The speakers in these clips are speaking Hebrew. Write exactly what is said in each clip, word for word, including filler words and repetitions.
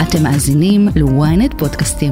אתם מאזינים ל-ynet פודקאסטים.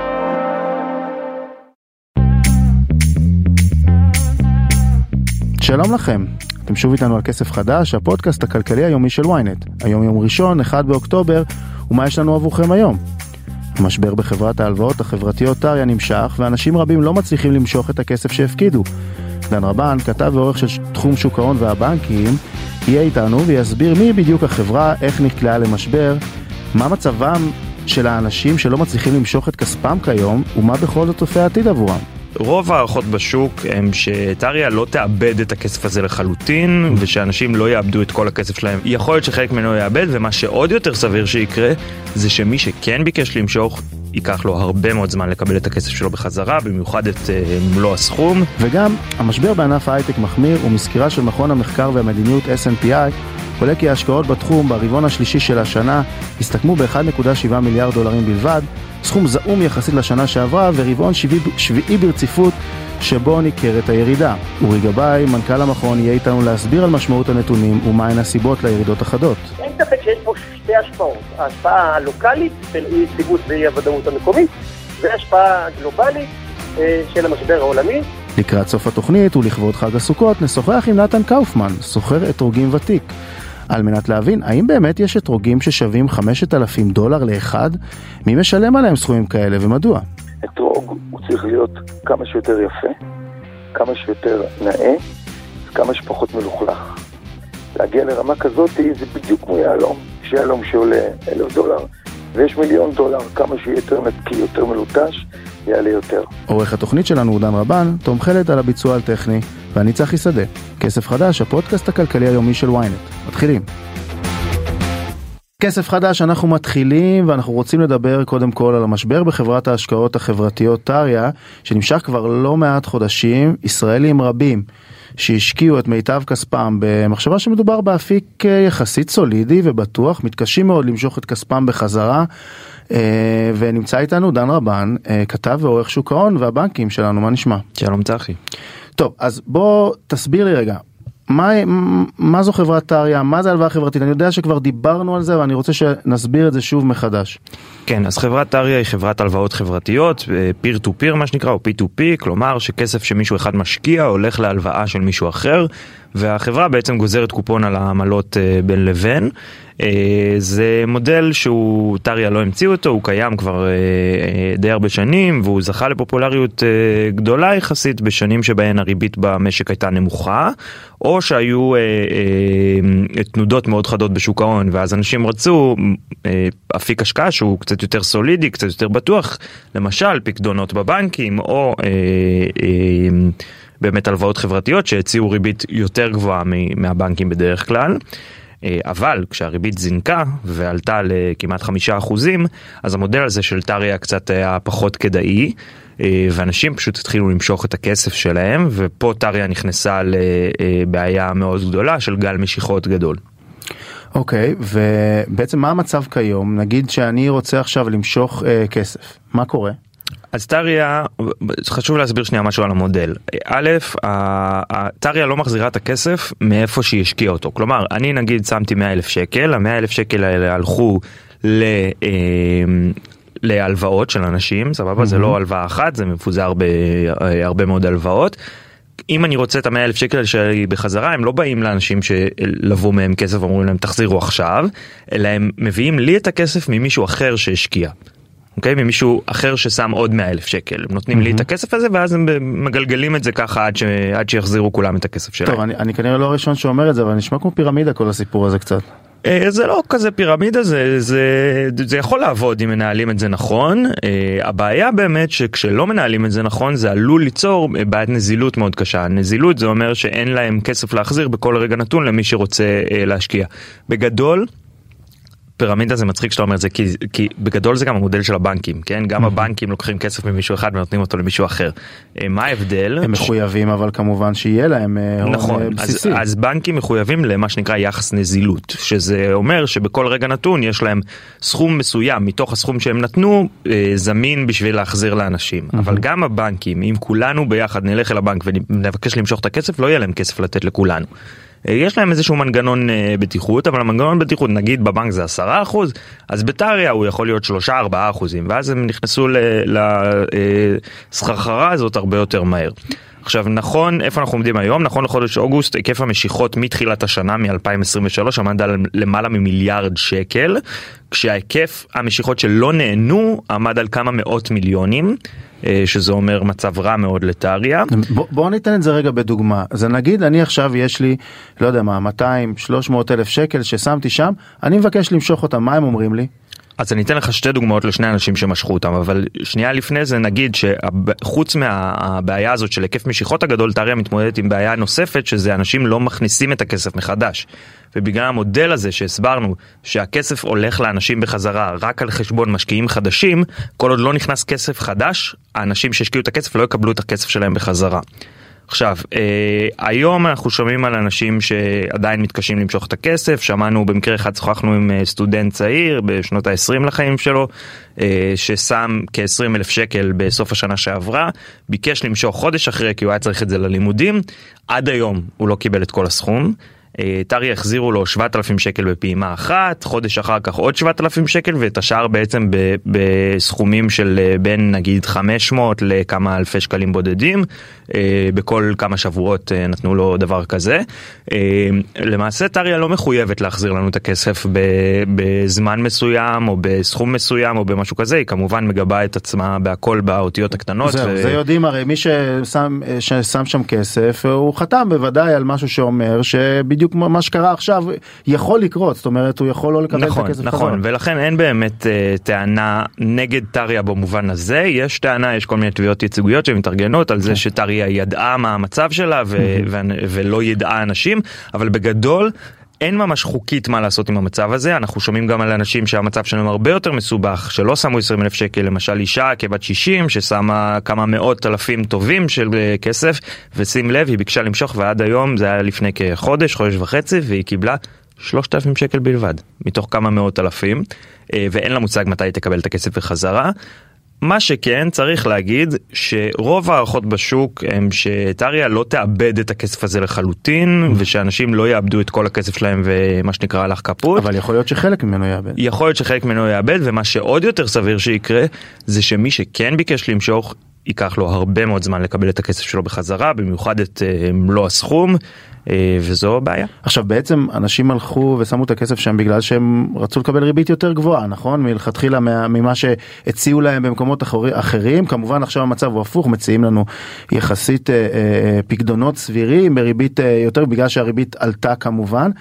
שלום לכם, אתם שוב איתנו על כסף חדש, הפודקאסט הכלכלי היומי של ynet. היום יום ראשון, אחד באוקטובר, ומה יש לנו עבורכם היום? המשבר בחברת ההלוואות החברתיות טריה נמשך, ואנשים רבים לא מצליחים למשוך את הכסף שהפקידו. דן רבן, כתב ועורך של תחום שוק ההון והבנקים, יהיה איתנו ויסביר מי בדיוק החברה, איך נקלעה למשבר, מה מצבם של האנשים שלא מצליחים למשוך את כספם כיום, ומה בכל זאת צופה העתיד עבורם. רוב הערכות בשוק הם שטריה לא תאבד את הכסף הזה לחלוטין, ושאנשים לא יאבדו את כל הכסף שלהם. יכול להיות שחלק ממנו יאבד, ומה שעוד יותר סביר שיקרה, זה שמי שכן ביקש למשוך, ייקח לו הרבה מאוד זמן לקבל את הכסף שלו בחזרה, במיוחד את מלוא הסכום. וגם, המשבר בענף ההייטק מחמיר, ומסקירה של מכון המחקר והמדיניות אס אנד פי איי, עולה כי ההשקעות בתחום ברבעון השלישי של השנה הסתכמו ב-אחד נקודה שבע מיליארד דולרים בלבד, סכום זעום יחסית לשנה שעברה, ורבעון שביעי ברציפות שבו ניכרת הירידה. אורי גבאי, מנכ"ל המכון, יהיה איתנו להסביר על משמעות הנתונים ומהן הסיבות לירידות החדות. אין ספק שיש פה שתי השפעות, ההשפעה הלוקלית של אי יציבות ואי הוודאות המקומית, וההשפעה הגלובלית של המשבר העולמי. לקראת סוף התוכנית ולכבוד חג הסוכות נשוחח עם נתן קאופמן, סוחר אתרוגים ותיק, על מנת להבין האם באמת יש אתרוגים ששווים חמשת אלפים דולר לאחד, מי משלם עליהם סכומים כאלה ומדוע? אתרוג הוא צריך להיות כמה שיותר יפה, כמה שיותר נאה, כמה שפחות מלוכלך. להגיע לרמה כזאת זה בדיוק כמו יעלום, שיעלום שעולה אלף דולר, ויש מיליון דולר, כמה שיהיה יותר נקי, יותר מלוטש, יעלה יותר. עורך התוכנית שלנו הוא דן רבן, תומכלת על הביצוע על טכני, ואני צחי שדה. כסף חדש, הפודקאסט הכלכלי היומי של ynet. מתחילים. כסף חדש, אנחנו מתחילים, ואנחנו רוצים לדבר קודם כל על המשבר בחברת ההשקעות החברתיות טריה, שנמשך כבר לא מעט חודשים. ישראלים רבים שהשקיעו את מיטב כספם במחשבה שמדובר באפיק יחסית סולידי ובטוח, מתקשים מאוד למשוך את כספם בחזרה, ונמצא איתנו דן רבן, כתב ועורך שוק ההון והבנקים שלנו. מה נשמע? שלום צחי. טוב, אז בוא תסביר לי רגע, מה, מה זו חברת טריה, מה זה הלוואה חברתית? אני יודע שכבר דיברנו על זה, ואני רוצה שנסביר את זה שוב מחדש. כן, אז חברת טריה היא חברת הלוואות חברתיות, פיר טו פיר מה שנקרא, או פי טו פי, כלומר שכסף שמישהו אחד משקיע הולך להלוואה של מישהו אחר, והחברה בעצם גוזרת קופון על העמלות בין לבין. זה מודל שהוא, טריה לא המציאו אותו, הוא קיים כבר די הרבה שנים, והוא זכה לפופולריות גדולה יחסית בשנים שבהן הריבית במשק הייתה נמוכה, או שהיו תנודות מאוד חדות בשוק ההון, ואז אנשים רצו אפיק השקעה שהוא קצת יותר סולידי, קצת יותר בטוח, למשל פקדונות בבנקים, או באמת הלוואות חברתיות שהציעו ריבית יותר גבוהה מהבנקים בדרך כלל. אבל כשהריבית זינקה ועלתה לכמעט חמישה אחוזים, אז המודל הזה של טריה קצת היה פחות כדאי, ואנשים פשוט התחילו למשוך את הכסף שלהם, ופה טריה נכנסה לבעיה מאוד גדולה של גל משיכות גדול. אוקיי, ובעצם מה המצב כיום? נגיד שאני רוצה עכשיו למשוך כסף, מה קורה? אז טריה, חשוב להסביר שנייה משהו על המודל. א', טריה לא מחזירה את הכסף מאיפה שהיא השקיעה אותו. כלומר, אני נגיד שמתי מאה אלף שקל, ה-מאה אלף שקל האלה הלכו ל... להלוואות של אנשים, סבבה? זה לא הלוואה אחת, זה מפוזר בהרבה מאוד הלוואות. אם אני רוצה את ה-מאה אלף שקל שלי בחזרה, הם לא באים לאנשים שלבוא מהם כסף ואומרים להם תחזירו עכשיו, אלא הם מביאים לי את הכסף ממישהו אחר שהשקיע. אוקיי? ממישהו אחר ששם עוד מאה אלף שקל. הם נותנים mm-hmm. לי את הכסף הזה, ואז הם מגלגלים את זה ככה עד, ש... עד שיחזירו כולם את הכסף שלהם. טוב, אני, אני כנראה לא הראשון שאומר את זה, אבל נשמע כמו פירמידה כל הסיפור הזה קצת. זה לא כזה פירמידה, זה, זה, זה יכול לעבוד אם מנהלים את זה נכון. הבעיה באמת שכשלא מנהלים את זה נכון, זה עלול ליצור בעיית נזילות מאוד קשה. נזילות זה אומר שאין להם כסף להחזיר בכל רגע נתון למי שרוצה להשקיע. בגדול, פירמידה זה מצחיק שאתה אומר את זה, כי, כי בגדול זה גם המודל של הבנקים, כן? גם הבנקים לוקחים כסף ממישהו אחד ונותנים אותו למישהו אחר. מה ההבדל? הם מחויבים, אבל כמובן שיהיה להם הון בסיסי. אז, אז בנקים מחויבים למה שנקרא יחס נזילות, שזה אומר שבכל רגע נתון יש להם סכום מסוים, מתוך הסכום שהם נתנו, זמין בשביל להחזיר לאנשים. אבל גם הבנקים, אם כולנו ביחד נלך אל הבנק ונבקש למשוך את הכסף, לא יהיה להם כסף לתת לכולנו. יש להם איזשהו מנגנון בטיחות, אבל המנגנון בטיחות, נגיד בבנק זה עשרה אחוז, אז בטריה הוא יכול להיות שלושה ארבעה אחוזים, ואז הם נכנסו לסחרחרה הזאת הרבה יותר מהר. עכשיו, נכון, איפה אנחנו עומדים היום? נכון, לחודש אוגוסט, היקף המשיכות מתחילת השנה, מ-אלפיים עשרים ושלוש, עמד על למעלה ממיליארד שקל, כשההיקף המשיכות שלא נהנו עמד על כמה מאות מיליונים, שזה אומר מצב רע מאוד לטריה. בוא, בוא ניתן את זה רגע בדוגמה. אז נגיד, אני עכשיו יש לי, לא יודע מה, מאתיים שלוש מאות אלף שקל ששמתי שם, אני מבקש למשוך אותם, מה הם אומרים לי? אז אני אתן לך שתי דוגמאות לשני אנשים שמשכו אותם, אבל שנייה לפני זה נגיד שחוץ מהבעיה הזאת של היקף משיכות הגדול, טריה מתמודדת עם בעיה נוספת, שזה אנשים לא מכניסים את הכסף מחדש. ובגלל המודל הזה שהסברנו שהכסף הולך לאנשים בחזרה רק על חשבון משקיעים חדשים, כל עוד לא נכנס כסף חדש, האנשים שהשקיעו את הכסף לא יקבלו את הכסף שלהם בחזרה. עכשיו, אה, היום אנחנו שומעים על אנשים שעדיין מתקשים למשוך את הכסף, שמענו במקרה אחד, שוחחנו עם סטודנט צעיר בשנות ה-עשרים לחיים שלו, אה, ששם כ-עשרים אלף שקל בסוף השנה שעברה, ביקש למשוך חודש אחרי כי הוא היה צריך את זה ללימודים, עד היום הוא לא קיבל את כל הסכום, טריה החזירו לו שבעת אלפים שקל בפעימה אחת, חודש אחר כך עוד שבעת אלפים שקל, ואת השאר בעצם בסכומים של בין נגיד חמש מאות לכמה אלפי שקלים בודדים, בכל כמה שבועות נתנו לו דבר כזה. למעשה טריה לא מחויבת להחזיר לנו את הכסף בזמן מסוים או בסכום מסוים או במשהו כזה, היא כמובן מגבה את עצמה בהכל באותיות הקטנות. זהו, ו... זה יודעים הרי, מי ששם, ששם שם כסף, הוא חתם בוודאי על משהו שאומר שבדיוק בדיוק מה שקרה עכשיו יכול לקרות, זאת אומרת הוא יכול לא לקבל נכון, את הכסף. נכון, נכון, ולכן אין באמת uh, טענה נגד טריה במובן הזה, יש טענה, יש כל מיני תביעות ייצוגיות שמתארגנות על זה שטריה ידעה מה המצב שלה ו- ו- ולא ידעה אנשים, אבל בגדול אין ממש חוקית מה לעשות עם המצב הזה. אנחנו שומעים גם על אנשים שהמצב שלהם הרבה יותר מסובך, שלא שמו עשרים אלף שקל, למשל אישה כבת שישים ששמה כמה מאות אלפים טובים של כסף, ושים לב, היא ביקשה למשוך ועד היום, זה היה לפני כחודש, חודש וחצי, והיא קיבלה שלושת אלפים שקל בלבד, מתוך כמה מאות אלפים, ואין לה מושג מתי היא תקבל את הכסף בחזרה. מה שכן, צריך להגיד שרוב הערכות בשוק הם שטריה לא תאבד את הכסף הזה לחלוטין, ושאנשים לא יאבדו את כל הכסף שלהם ומה שנקרא הלך כפות. אבל יכול להיות שחלק ממנו יאבד. יכול להיות שחלק ממנו יאבד, ומה שעוד יותר סביר שיקרה, זה שמי שכן ביקש למשוך, ייקח לו הרבה מאוד זמן לקבל את הכסף שלו בחזרה, במיוחד את מלוא הסכום, וזו בעיה. עכשיו בעצם אנשים הלכו ושמו את הכסף שם בגלל שהם רצו לקבל ריבית יותר גבוהה, נכון? מלכתחילה ממה שהציעו להם במקומות אחרים, כמובן עכשיו המצב הוא הפוך, מציעים לנו יחסית פקדונות סבירים בריבית יותר, בגלל שהריבית עלתה כמובן.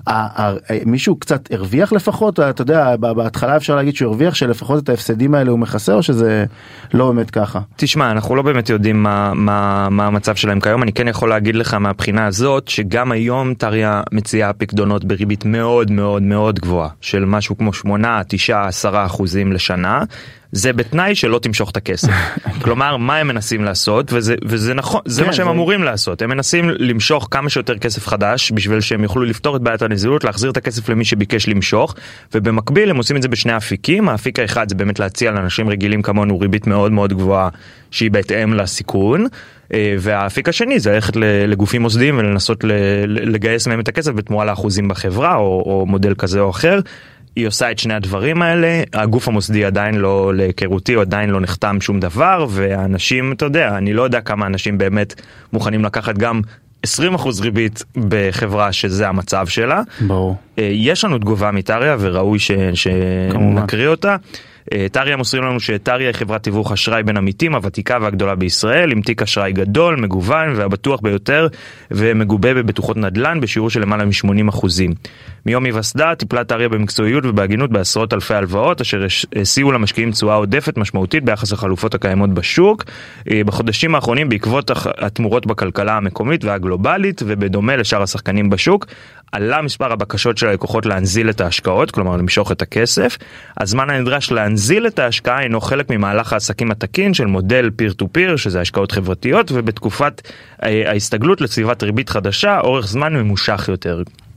מישהו קצת הרוויח לפחות, אתה יודע, בהתחלה אפשר להגיד שהוא הרוויח שלפחות את ההפסדים האלה הוא מכסה, או שזה לא באמת ככה? תשמע, אנחנו לא באמת יודעים מה, מה, מה המצב שלהם כיום. אני כן יכול להגיד לך מהבחינה הזאת, שגם היום טריה מציעה פקדונות בריבית מאוד מאוד מאוד גבוהה, של משהו כמו שמונה, תשע, עשרה אחוזים לשנה, זה בתנאי שלא תמשוך את הכסף. כלומר, מה הם מנסים לעשות, וזה, וזה נכון, זה מה שהם אמורים לעשות. הם מנסים למשוך כמה שיותר כסף חדש, בשביל שהם יוכלו לפתור את בעיית הנזילות, להחזיר את הכסף למי שביקש למשוך, ובמקביל הם עושים את זה בשני אפיקים. האפיק האחד זה באמת להציע לאנשים רגילים כמונו ריבית מאוד מאוד גבוהה, שהיא בהתאם לסיכון, והאפיק השני זה ללכת לגופים מוסדיים ולנסות לגייס מהם את הכסף בתמורה לאחוזים בחברה, או, או מודל כזה או אחר. היא עושה את שני הדברים האלה, הגוף המוסדי עדיין לא, להיכרותי, או עדיין לא נחתם שום דבר, והאנשים, אתה יודע, אני לא יודע כמה אנשים באמת מוכנים לקחת גם עשרים אחוז ריבית בחברה שזה המצב שלה. ברור. יש לנו תגובה מטריה, וראוי ש... שנקריא אותה. טריה מוסרים לנו שטריה היא חברת תיווך אשראי בין עמיתים, הוותיקה והגדולה בישראל, עם תיק אשראי גדול, מגוון והבטוח ביותר, ומגובה בבטוחות נדל"ן בשיעור של למעלה מ-שמונים אחוזים. מיום היווסדה טיפלה טריה במקצועיות ובהגינות בעשרות אלפי הלוואות, אשר השיאו למשקיעים תשואה עודפת משמעותית ביחס לחלופות הקיימות בשוק. בחודשים האחרונים, בעקבות התמורות בכלכלה המקומית והגלובלית, ובדומה לשאר השחקנים בשוק, עלה מספר הבקשות של הלקוחות להנזיל את ההשקעות, כלומר למשוך את הכסף. הזמן הנדרש להנזיל את ההשקעה אינו חלק ממהלך העסקים התקין של מודל פיר טו פיר, שזה השקעות חברתיות, ובתקופת ההסתגלות לסביבת ריבית חדשה, אורך זמן ממושך יותר.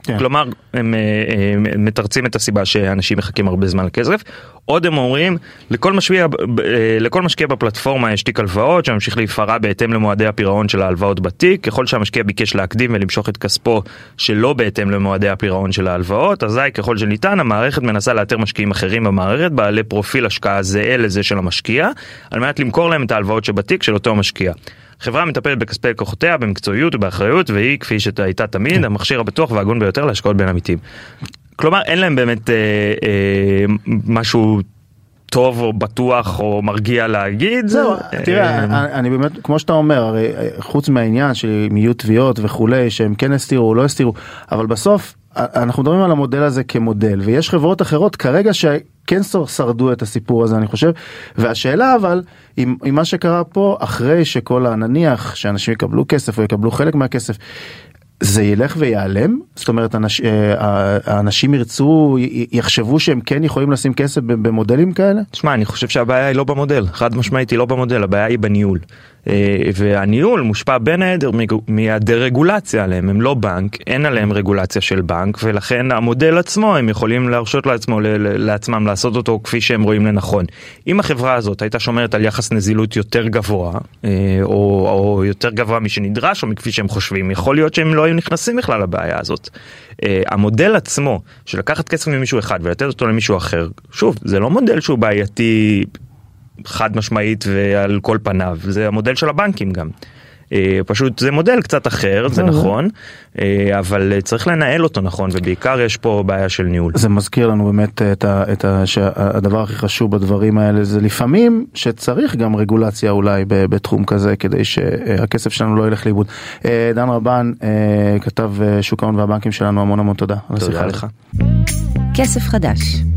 כן. כלומר, הם, הם, הם מתרצים את הסיבה שאנשים מחכים הרבה זמן לכסף. עוד הם אומרים, לכל משקיע, לכל משקיע בפלטפורמה יש תיק הלוואות, שממשיך להיפרע בהתאם למועדי הפירעון של ההלוואות בתיק. ככל שהמשקיע ביקש להקדים ולמשוך את כספו שלא בהתאם למועדי הפירעון של ההלוואות, אזי ככל שניתן, המערכת מנסה לאתר משקיעים אחרים במערכת, בעלי פרופיל השקעה זהה לזה של המשקיע, על מנת למכור להם את ההלוואות שבתיק של אותו המשקיע. חברה מטפלת בכספי לקוחותיה במקצועיות ובאחריות, והיא, כפי שהייתה תמיד, המכשיר הבטוח והגון ביותר להשקעות בין עמיתים. כלומר, אין להם באמת אה, אה, משהו טוב או בטוח או מרגיע להגיד. זהו, תראה, אני באמת, כמו שאתה אומר, הרי חוץ מהעניין של יהיו תביעות וכולי, שהם כן הסתירו או לא הסתירו, אבל בסוף אנחנו מדברים על המודל הזה כמודל, ויש חברות אחרות כרגע שכן שרדו את הסיפור הזה, אני חושב, והשאלה אבל, עם, עם מה שקרה פה, אחרי שכל הנניח שאנשים יקבלו כסף או יקבלו חלק מהכסף, זה ילך ויעלם? זאת אומרת, אנש, האנשים ירצו, יחשבו שהם כן יכולים לשים כסף במודלים כאלה? תשמע, אני חושב שהבעיה היא לא במודל, חד משמעית היא לא במודל, הבעיה היא בניהול. והניהול מושפע בין היעדר מהדרגולציה עליהם, הם לא בנק, אין עליהם רגולציה של בנק, ולכן המודל עצמו, הם יכולים להרשות לעצמו, לעצמם לעשות אותו כפי שהם רואים לנכון. אם החברה הזאת הייתה שומרת על יחס נזילות יותר גבוה, או, או יותר גבוה משנדרש, או מכפי שהם חושבים, יכול להיות שהם לא היו נכנסים בכלל לבעיה הזאת. המודל עצמו, של לקחת כסף ממישהו אחד ולתת אותו למישהו אחר, שוב, זה לא מודל שהוא בעייתי חד משמעית ועל כל פניו, זה המודל של הבנקים גם. פשוט זה מודל קצת אחר, זה נכון, אבל צריך לנהל אותו נכון, ובעיקר יש פה בעיה של ניהול. זה מזכיר לנו באמת את ה, את ה, שהדבר הכי חשוב בדברים האלה, זה לפעמים שצריך גם רגולציה אולי בתחום כזה, כדי שהכסף שלנו לא ילך לאיבוד. דן רבן, כתב שוק ההון והבנקים שלנו, המון המון תודה. תודה לך. כסף חדש.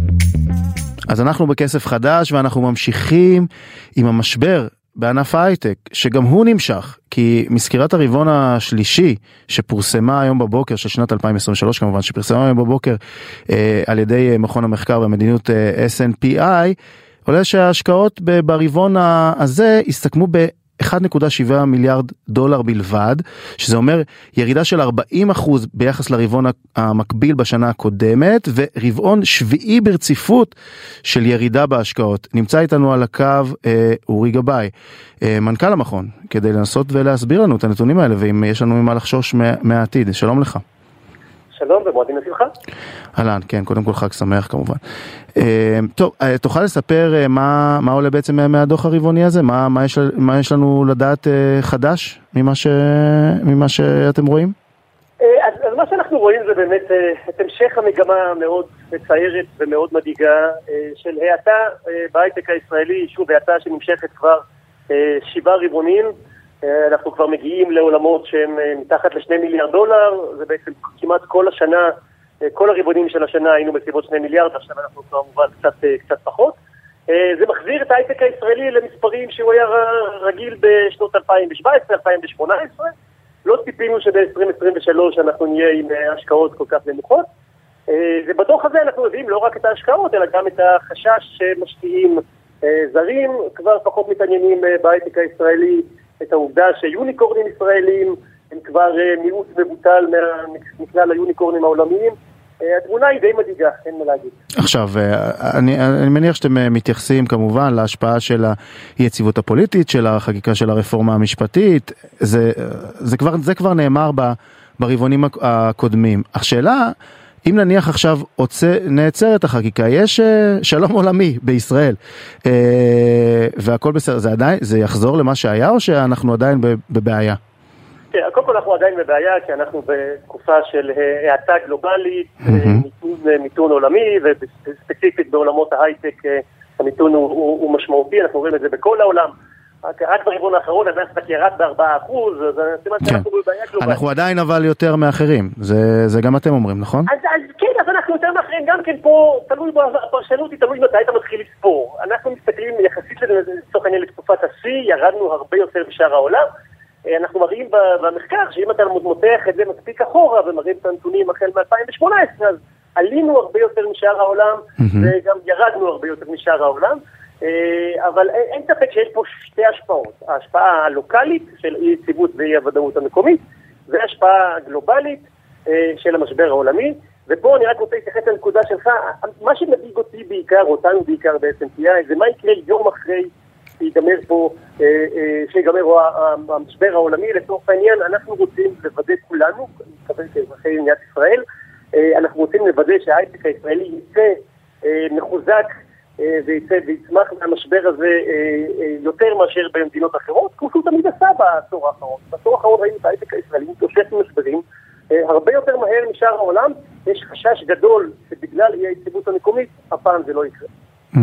אז אנחנו בכסף חדש, ואנחנו ממשיכים עם המשבר בענף ההייטק, שגם הוא נמשך, כי מסקירת הרבעון השלישי שפורסמה היום בבוקר, של שנת אלפיים עשרים ושלוש כמובן, שפרסמה היום בבוקר אה, על ידי מכון המחקר והמדיניות אה, אס אנד פי איי, עולה שההשקעות ברבעון הזה הסתכמו ב אחד נקודה שבע מיליארד דולר בלבד, שזה אומר ירידה של ארבעים אחוז ביחס לרבעון המקביל בשנה הקודמת, ורבעון שביעי ברציפות של ירידה בהשקעות. נמצא איתנו על הקו אה, אורי גבאי, אה, מנכ"ל המכון, כדי לנסות ולהסביר לנו את הנתונים האלה, ואם יש לנו ממה לחשוש מה, מהעתיד. שלום לך. שלום, ומועדים לשמחה. אהלן, כן, קודם כל חג שמח כמובן. טוב, תוכל לספר מה, מה עולה בעצם מהדוח הרבעוני הזה? מה, מה, יש, מה יש לנו לדעת חדש ממה, ש, ממה שאתם רואים? אז, אז מה שאנחנו רואים זה באמת את המשך המגמה המאוד מציירת ומאוד מדאיגה של האטה בהייטק הישראלי, שוב האטה שנמשכת כבר שבעה רבעונים. אנחנו כבר מגיעים לעולמות שהם מתחת לשני מיליארד דולר, זה בעצם כמעט כל השנה, כל הרבעונים של השנה היינו בסביבות שני מיליארד, עכשיו אנחנו כבר מובן קצת, קצת פחות. זה מחזיר את ההייטק הישראלי למספרים שהוא היה רגיל בשנות אלפיים שבע עשרה אלפיים שמונה עשרה, לא ציפינו שב-עשרים עשרים ושלוש אנחנו נהיה עם השקעות כל כך נמוכות. ובדוח הזה אנחנו מביאים לא רק את ההשקעות, אלא גם את החשש שמשקיעים זרים כבר פחות מתעניינים בהייטק הישראלי, את העובדה שיוניקורנים ישראלים הם כבר מיעוט מבוטל מכלל היוניקורנים העולמיים. התמונה היא די מדאיגה, אין מה להגיד. עכשיו, אני, אני מניח שאתם מתייחסים כמובן להשפעה של היציבות הפוליטית, של החקיקה של הרפורמה המשפטית, זה, זה, כבר, זה כבר נאמר ברבעונים הקודמים. השאלה, אם נניח עכשיו עוצה, נעצר את החקיקה, יש שלום עולמי בישראל, והכל בסדר, זה עדיין, זה יחזור למה שהיה, או שאנחנו עדיין בבעיה? כן, קודם כל אנחנו עדיין בבעיה, כי אנחנו בתקופה של האטה גלובלית, מיתון, מיתון עולמי, וספציפית בעולמות ההייטק, המיתון הוא, הוא, הוא משמעותי, אנחנו רואים את זה בכל העולם. רק ברבעון האחרון, הנאסד"ק ירד בארבעה אחוז, אז סימן שאנחנו בבעיה גלובלית. אנחנו עדיין אבל יותר מאחרים, זה, זה גם אתם אומרים, נכון? אז, אז כן, אז אנחנו יותר מאחרים, גם כן פה, תלוי בפרשנות, היא תלוי מתי אתה מתחיל לספור. אנחנו מסתכלים יחסית לצורך העניין לתקופת השיא, ירדנו הרבה יותר בשאר העולם. אנחנו מראים במחקר שאם אתה מותח את זה מספיק אחורה, ומראים את הנתונים החל מ-אלפיים שמונה עשרה, אז עלינו הרבה יותר משאר העולם, וגם ירדנו הרבה יותר משאר העולם. אבל אין ספק שיש פה שתי השפעות, ההשפעה הלוקלית של אי יציבות ואי הוודאות המקומית, והשפעה גלובלית של המשבר העולמי. ופה אני רק רוצה להתייחס לנקודה שלך, מה שמדאיג אותי בעיקר, אותנו בעיקר בעצם, זה מה יקרה יום אחרי שיגמר פה, שיגמר המשבר העולמי. לצורך העניין, אנחנו רוצים לוודא כולנו, אני מתכוון כאזרחי מדינת ישראל, אנחנו רוצים לוודא שההייטק הישראלי יצא מחוזק ויצא ויצמח מהמשבר הזה יותר מאשר במדינות אחרות, כמו שהוא תמיד עשה בעשור האחרון. בעשור האחרון ראינו את ההייטק הישראלי מתאושש ממשברים הרבה יותר מהר משאר העולם. יש חשש גדול שבגלל אי היציבות המקומית הפעם זה לא יקרה.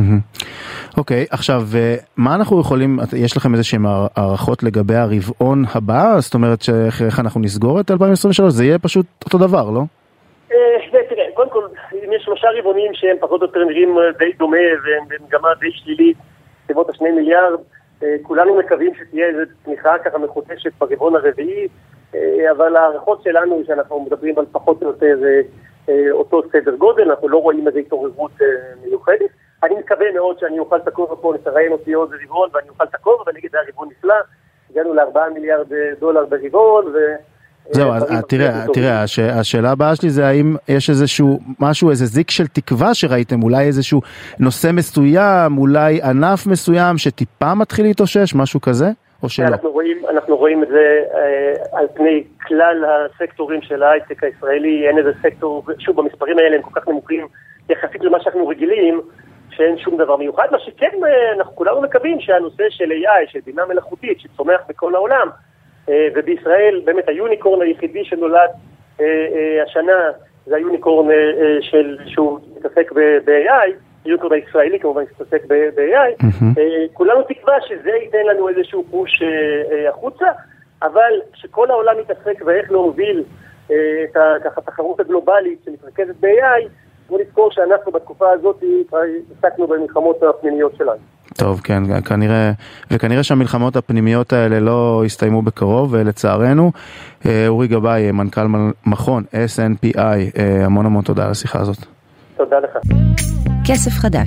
אוקיי, עכשיו, מה אנחנו יכולים, יש לכם איזושהי הערכות לגבי הרבעון הבא? זאת אומרת, איך אנחנו נסגור את אלפיים עשרים ושלוש? זה יהיה פשוט אותו דבר, לא? תראה, קודם כל, אם יש שלושה רבעונים שהם פחות או יותר נראים די דומה והם במגמה די שלילית, סביבות השני מיליארד, כולנו מקווים שתהיה איזו תמיכה ככה מחודשת ברבעון הרביעי, אבל הערכות שלנו היא שאנחנו מדברים על פחות או יותר אותו סדר גודל, אנחנו לא רואים איזו התעוררות מיוחדת. אני מקווה מאוד שאני אוכל תקוב פה, נתראיין אותי עוד רבעון ואני אוכל תקוב, אבל נגיד הרבעון נפלא, הגענו לארבעה מיליארד דולר ברבעון ו... זהו, אז תראה, תראה, השאלה הבאה שלי זה האם יש איזשהו משהו, איזה זיק של תקווה שראיתם, אולי איזשהו נושא מסוים, אולי ענף מסוים שטיפה מתחיל להתאושש, משהו כזה, או שלא? אנחנו רואים, אנחנו רואים את זה על פני כלל הסקטורים של ההייטק הישראלי, אין איזה סקטור, שוב, במספרים האלה הם כל כך נמוכים, יחסית למה שאנחנו רגילים, שאין שום דבר מיוחד, מה שכן, אנחנו כולנו מקווים שהנושא של איי איי, של בינה מלאכותית, שצומח בכל העולם, ובישראל באמת היוניקורן היחידי שנולד השנה זה היוניקורן של שהוא מתעסק ב-איי איי, היוניקורן הישראלי כמובן מתעסק ב-איי איי. כולנו תקווה שזה ייתן לנו איזשהו פוש החוצה, אבל שכל העולם מתעסק ואיך להוביל את התחרות הגלובלית שמתרכזת ב-איי איי, בוא נזכור שאנחנו בתקופה הזאת עסקנו במלחמות הפנימיות שלנו. טוב, כן, כנראה, וכנראה שהמלחמות הפנימיות האלה לא הסתיימו בקרוב, ולצערנו, אורי גבאי, מנכ"ל מכון אס אן פי איי, המון המון תודה על השיחה הזאת. תודה לך. כסף חדש.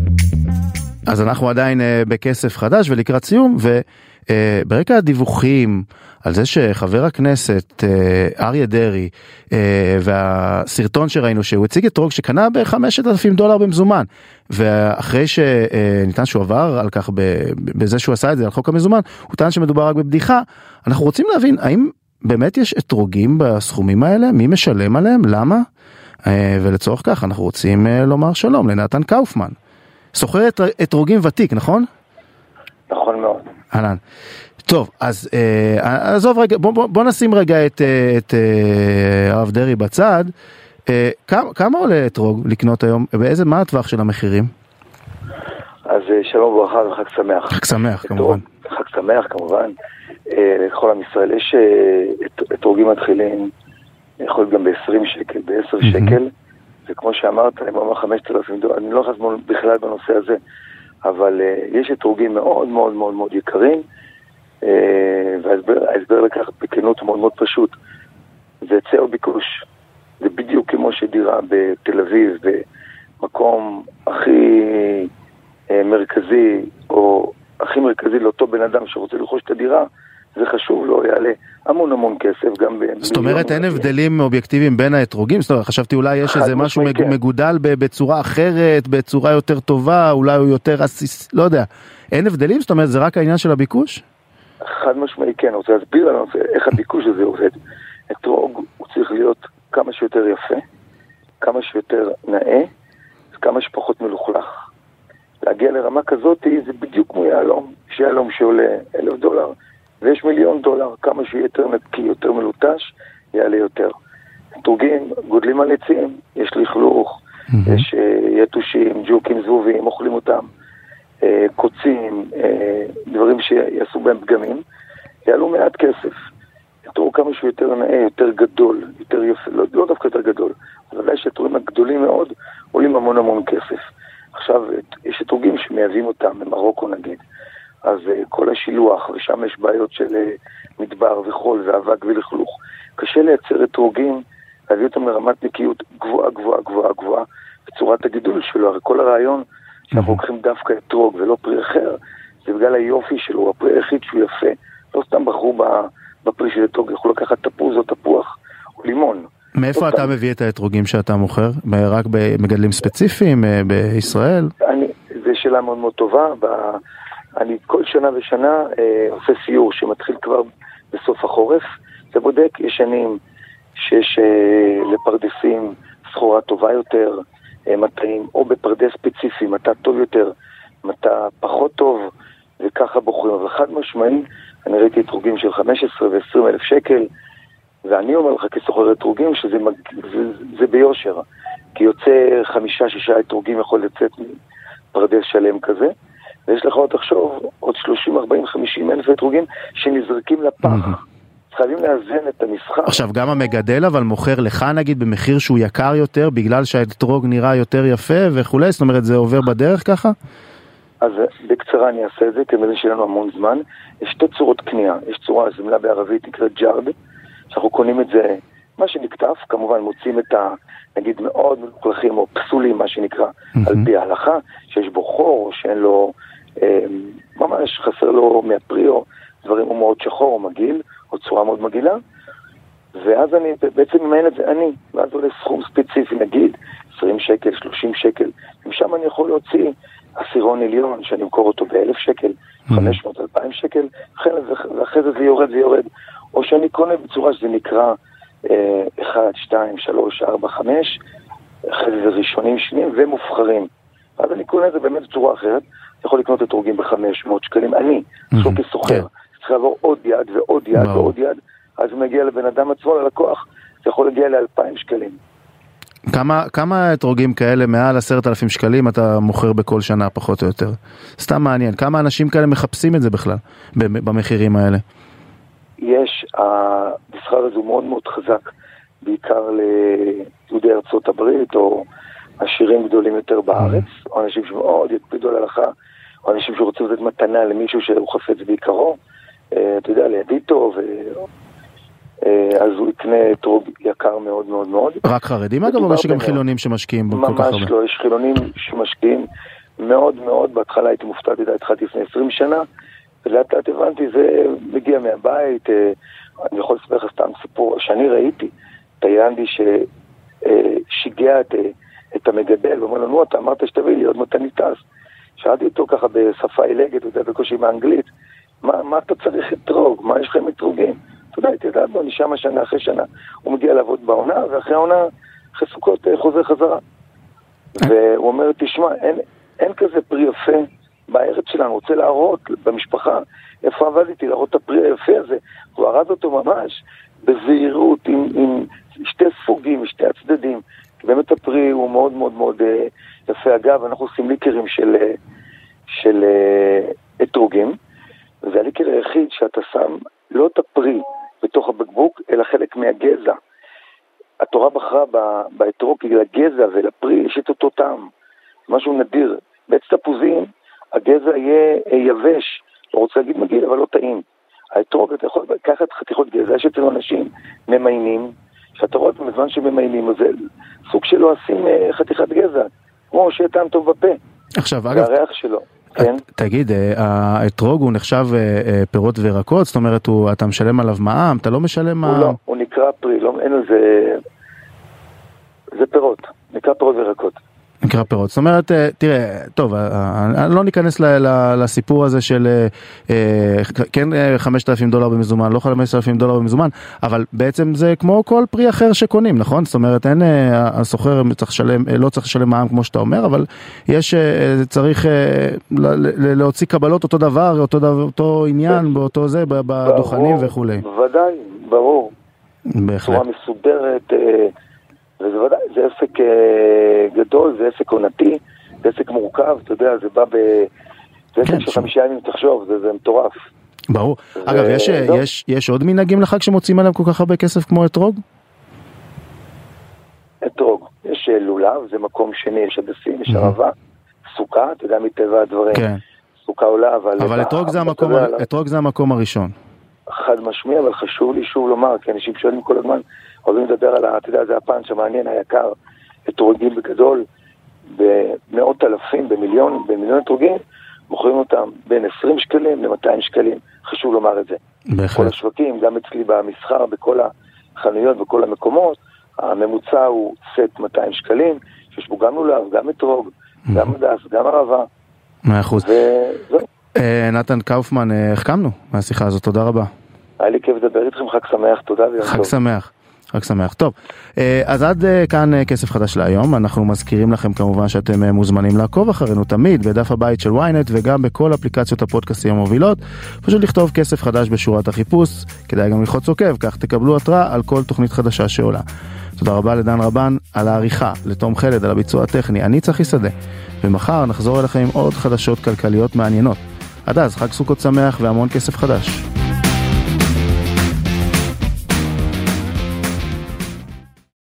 אז אנחנו עדיין בכסף חדש ולקראת סיום, וברקע הדיווחים על זה שחבר הכנסת אריה דרעי והסרטון שראינו שהוא הציג אתרוג שקנה ב-חמשת אלפים דולר במזומן, ואחרי שניתן שהוא עבר על כך בזה שהוא עשה את זה על חוק המזומן, הוא טען שמדובר רק בבדיחה. אנחנו רוצים להבין האם באמת יש אתרוגים בסכומים האלה, מי משלם עליהם, למה, ולצורך כך אנחנו רוצים לומר שלום לנתן קאופמן, סוחר אתרוגים ותיק, נכון? נכון מאוד. אהלן. טוב, אז אה, עזוב רגע, בוא, בוא, בוא נשים רגע את, את אה, הרב דרעי בצד. אה, כמה, כמה עולה אתרוג לקנות היום? באיזה, מה הטווח של המחירים? אז שלום וברכה וחג שמח. חג שמח, כמובן. חג שמח, כמובן. לכל עם ישראל יש אתרוגים מתחילים, יכול להיות גם ב-עשרים שקל, ב-עשרה שקל, וכמו שאמרת, אני אומר חמשת אלפים דולר, אני לא חושב בכלל בנושא הזה, אבל יש אתרוגים מאוד מאוד מאוד מאוד יקרים, וההסבר לכך בכנות מאוד מאוד פשוט. זה היצע או ביקוש. זה בדיוק כמו שדירה בתל אביב, במקום הכי מרכזי, או הכי מרכזי לאותו בן אדם שרוצה לרכוש את הדירה, זה חשוב לו, יעלה המון המון כסף. גם זאת אומרת, אין הבדלים אובייקטיביים בין האתרוגים? זאת אומרת, חשבתי אולי יש איזה משהו מגודל בצורה אחרת, בצורה יותר טובה, אולי הוא יותר עסיס, לא יודע. אין הבדלים? זאת אומרת, זה רק העניין של הביקוש? חד משמעי, כן. אני רוצה להסביר לנו איך הביקוש הזה עובד. אתרוג הוא צריך להיות כמה שיותר יפה, כמה שיותר נאה, כמה שפחות מלוכלך. להגיע לרמה כזאת זה בדיוק כמו יעלום. יש יעלום שעולה אלף דולר, ויש מיליון דולר. כמה שיהיה יותר נקי, יותר מלוטש, יעלה יותר. אתרוגים גודלים על עצים, יש לכלוך, mm-hmm. יש uh, יתושים, ג'וקים, זבובים, אוכלים אותם, uh, קוצים, uh, דברים שיעשו בהם פגמים, יעלו מעט כסף. אתרוג כמה שהוא יותר נאה, יותר גדול, יותר יפה, לא, לא דווקא יותר גדול, אבל ודאי שאתרוגים הגדולים מאוד עולים המון המון כסף. עכשיו, יש אתרוגים שמייבאים אותם ממרוקו נגיד, אז uh, כל השילוח, ושם יש בעיות של uh, מדבר וחול ואבק ולכלוך. קשה לייצר אתרוגים, להביא אותם לרמת נקיות גבוהה, גבוהה, גבוהה, גבוהה, בצורת הגידול שלו. הרי כל הרעיון שאנחנו לוקחים דווקא אתרוג ולא פרי אחר, זה בגלל היופי שלו, הפרי היחיד שהוא יפה. לא סתם בחרו בפרי של אתרוג, יכולו לקחת תפוז או תפוח או לימון. מאיפה אתה מביא את האתרוגים שאתה מוכר? רק במגדלים ספציפיים בישראל? אני, זו שאלה מאוד מאוד טובה. אני כל שנה ושנה עושה סיור שמתחיל כבר בסוף החורף. זה בודק, יש שנים שיש לפרדסים סחורה טובה יותר, מטעים, או בפרדס ספציפי, מטע טוב יותר, מטע פחות טוב, וככה בוחרים. אבל חד משמעי, אני ראיתי אתרוגים של חמש עשרה ועשרים אלף שקל, ואני אומר לך כסוחר אתרוגים שזה מג... זה, זה ביושר, כי יוצא חמישה, שישה אתרוגים יכול לצאת פרדס שלם כזה, ויש לך עוד תחשוב עוד שלושים, ארבעים, חמישים אלף אתרוגים שנזרקים לפח. חייבים לאזן את המסחר. עכשיו, גם המגדל אבל מוכר לך נגיד במחיר שהוא יקר יותר, בגלל שהאתרוג נראה יותר יפה וכולי, זאת אומרת זה עובר בדרך ככה? אז בקצרה אני אעשה את זה, כי מזה שלנו המון זמן. יש שתי צורות קנייה, יש צורה זמלה בערבית, נקראת ג'ארד, שאנחנו קונים את זה, מה שנקטף, כמובן מוצאים את ה, נגיד מאוד מלוכלכים או פסולים, מה שנקרא, mm-hmm. על פי ההלכה, שיש בו חור, שאין לו, אה, ממש חסר לו מהפרי או דברים, הוא מאוד שחור או מגיל, או צורה מאוד מגילה, ואז אני בעצם ממיין את זה אני, ואז עולה סכום ספציפי, נגיד עשרים שקל, שלושים שקל, ומשם אני יכול להוציא עשירון עליון, שאני אמכור אותו באלף שקל, חמש מאות, אלפיים שקל, ואחרי זה זה יורד ויורד, או שאני קונה בצורה שזה נקרא אחד, שתיים, שלוש, ארבע, חמש, אחרי זה ראשונים שניים ומובחרים. אז אני קונה את זה באמת בצורה אחרת, יכול לקנות אתרוגים ב-חמש מאות שקלים, אני, סו כסוחר, צריך לעבור עוד יד ועוד יד ועוד יד, אז הוא מגיע לבן אדם עצמו, ללקוח, זה יכול להגיע ל-אלפיים שקלים. כמה, כמה אתרוגים כאלה מעל עשרת אלפים שקלים אתה מוכר בכל שנה פחות או יותר? סתם מעניין, כמה אנשים כאלה מחפשים את זה בכלל, במחירים האלה? יש, המסחר הזה הוא מאוד מאוד חזק, בעיקר ליהודי ארצות הברית, או עשירים גדולים יותר בארץ, או אנשים שמאוד יקפידו על הלכה, או אנשים שרוצים לתת מתנה למישהו שהוא חפץ בעיקרו, אתה יודע, לידיטו, ו... אז הוא יקנה אתרוג יקר מאוד מאוד מאוד. רק חרדים אגב, או יש גם חילונים שמשקיעים כל כך הרבה? ממש לא, יש חילונים שמשקיעים מאוד מאוד, בהתחלה הייתי מופתעת, התחלתי לפני עשרים שנה, ולאט לאט הבנתי, זה מגיע מהבית, אני יכול לספר לך סתם סיפור, שאני ראיתי, תאילנדי ששיגע את, את המגדל, ואומר לנו, אתה אמרת שתביא לי, עוד מתי ניטס. שאלתי אותו ככה בשפה אילגת, אתה יודע, בקושי באנגלית, מה, מה אתה צריך אתרוג? מה יש לכם אתרוגים? אתה יודע, אתה יודע, אני שם השנה אחרי שנה, הוא מגיע לעבוד בעונה, ואחרי העונה, אחרי סוכות חוזר חזרה. והוא אומר, תשמע, אין, אין כזה פרי יפה בארץ שלנו, רוצה להראות במשפחה, איפה עבדתי, להראות את הפרי היפה הזה. הוא הרז אותו ממש בזהירות, עם, עם שתי ספוגים, שתי הצדדים, כי באמת הפרי הוא מאוד מאוד מאוד יפה. אגב, אנחנו עושים ליקרים של, של אתרוגים, וזה הליקר היחיד שאתה שם לא את הפרי בתוך הבקבוק, אלא חלק מהגזע. התורה בחרה באתרוג בגלל הגזע ולפרי יש את אותו טעם, משהו נדיר. בעץ תפוזים, הגזע יהיה יבש, לא רוצה להגיד מגיל, אבל לא טעים. האתרוג, אתה יכול לקחת חתיכות גזע, יש אצל אנשים ממיינים, שאתה רואה בזמן שממיינים, אז זה סוג שלו עשים חתיכת גזע, כמו שיהיה טעם טוב בפה. עכשיו, אגב, והריח שלו. כן. תגיד, האתרוג הוא נחשב פירות וירקות? זאת אומרת, אתה משלם עליו מע"מ? אתה לא משלם מע"מ? הוא לא, הוא נקרא פרי, לא, אין לזה... זה פירות, נקרא פירות וירקות. נקרא פירות. זאת אומרת, תראה, טוב, לא ניכנס לסיפור הזה של כן חמשת אלפים דולר במזומן, לא חמשת אלפים דולר במזומן, אבל בעצם זה כמו כל פרי אחר שקונים, נכון? זאת אומרת, אין, הסוחר לא צריך לשלם מע"מ כמו שאתה אומר, אבל יש, צריך להוציא קבלות אותו דבר, אותו עניין, באותו זה, בדוכנים וכו'. בוודאי, ברור. בהחלט. בצורה מסודרת, וזה ודאי, זה עסק גדול, זה עסק עונתי, זה עסק מורכב, אתה יודע, זה בא ב... זה עסק של חמישה ימים, תחשוב, זה, זה מטורף. ברור. אגב, יש, יש, יש עוד מנהגים לחג שמוצאים עליהם כל כך הרבה כסף כמו אתרוג? אתרוג. יש לולב, זה מקום שני, יש הדסים, יש ערבה, סוכה, אתה יודע, מטבע הדברים. כן. סוכה עולה, אבל... אבל אתרוג זה המקום, אתרוג זה המקום הראשון. חד משמיע, אבל חשוב לי שוב לומר, כי אנשים שואלים כל הזמן, אוהבים לדבר על, אתה יודע, זה הפן שמעניין, היקר, אתרוגים בגדול, במאות אלפים, במיליון, במיליון אתרוגים, מוכרים אותם בין עשרים שקלים ל-מאתיים שקלים, חשוב לומר את זה. בהחלט. כל השווקים, גם אצלי במסחר, בכל החנויות, בכל המקומות, הממוצע הוא סט מאתיים שקלים, שיש בו גם לולב, גם אתרוג, גם מדס, גם ערבה. מאה אחוז. וזהו. נתן קאופמן, החכמנו מהשיחה הזאת, תודה רבה. היה לי כיף לדבר איתכם, חג שמח, תודה ויום טוב. חג שמח. חג שמח. טוב, אז עד כאן כסף חדש להיום. אנחנו מזכירים לכם כמובן שאתם מוזמנים לעקוב אחרינו תמיד בדף הבית של וויינט וגם בכל אפליקציות הפודקאסטים המובילות. פשוט לכתוב כסף חדש בשורת החיפוש, כדאי גם ללחוץ עוקב, כך תקבלו התראה על כל תוכנית חדשה שעולה. תודה רבה לדן רבן על העריכה, לתום חלד על הביצוע הטכני, אני צחי שדה, ומחר נחזור אליכם עם עוד חדשות כלכליות מעניינות. עד אז, חג סוכות שמח והמון כסף חדש.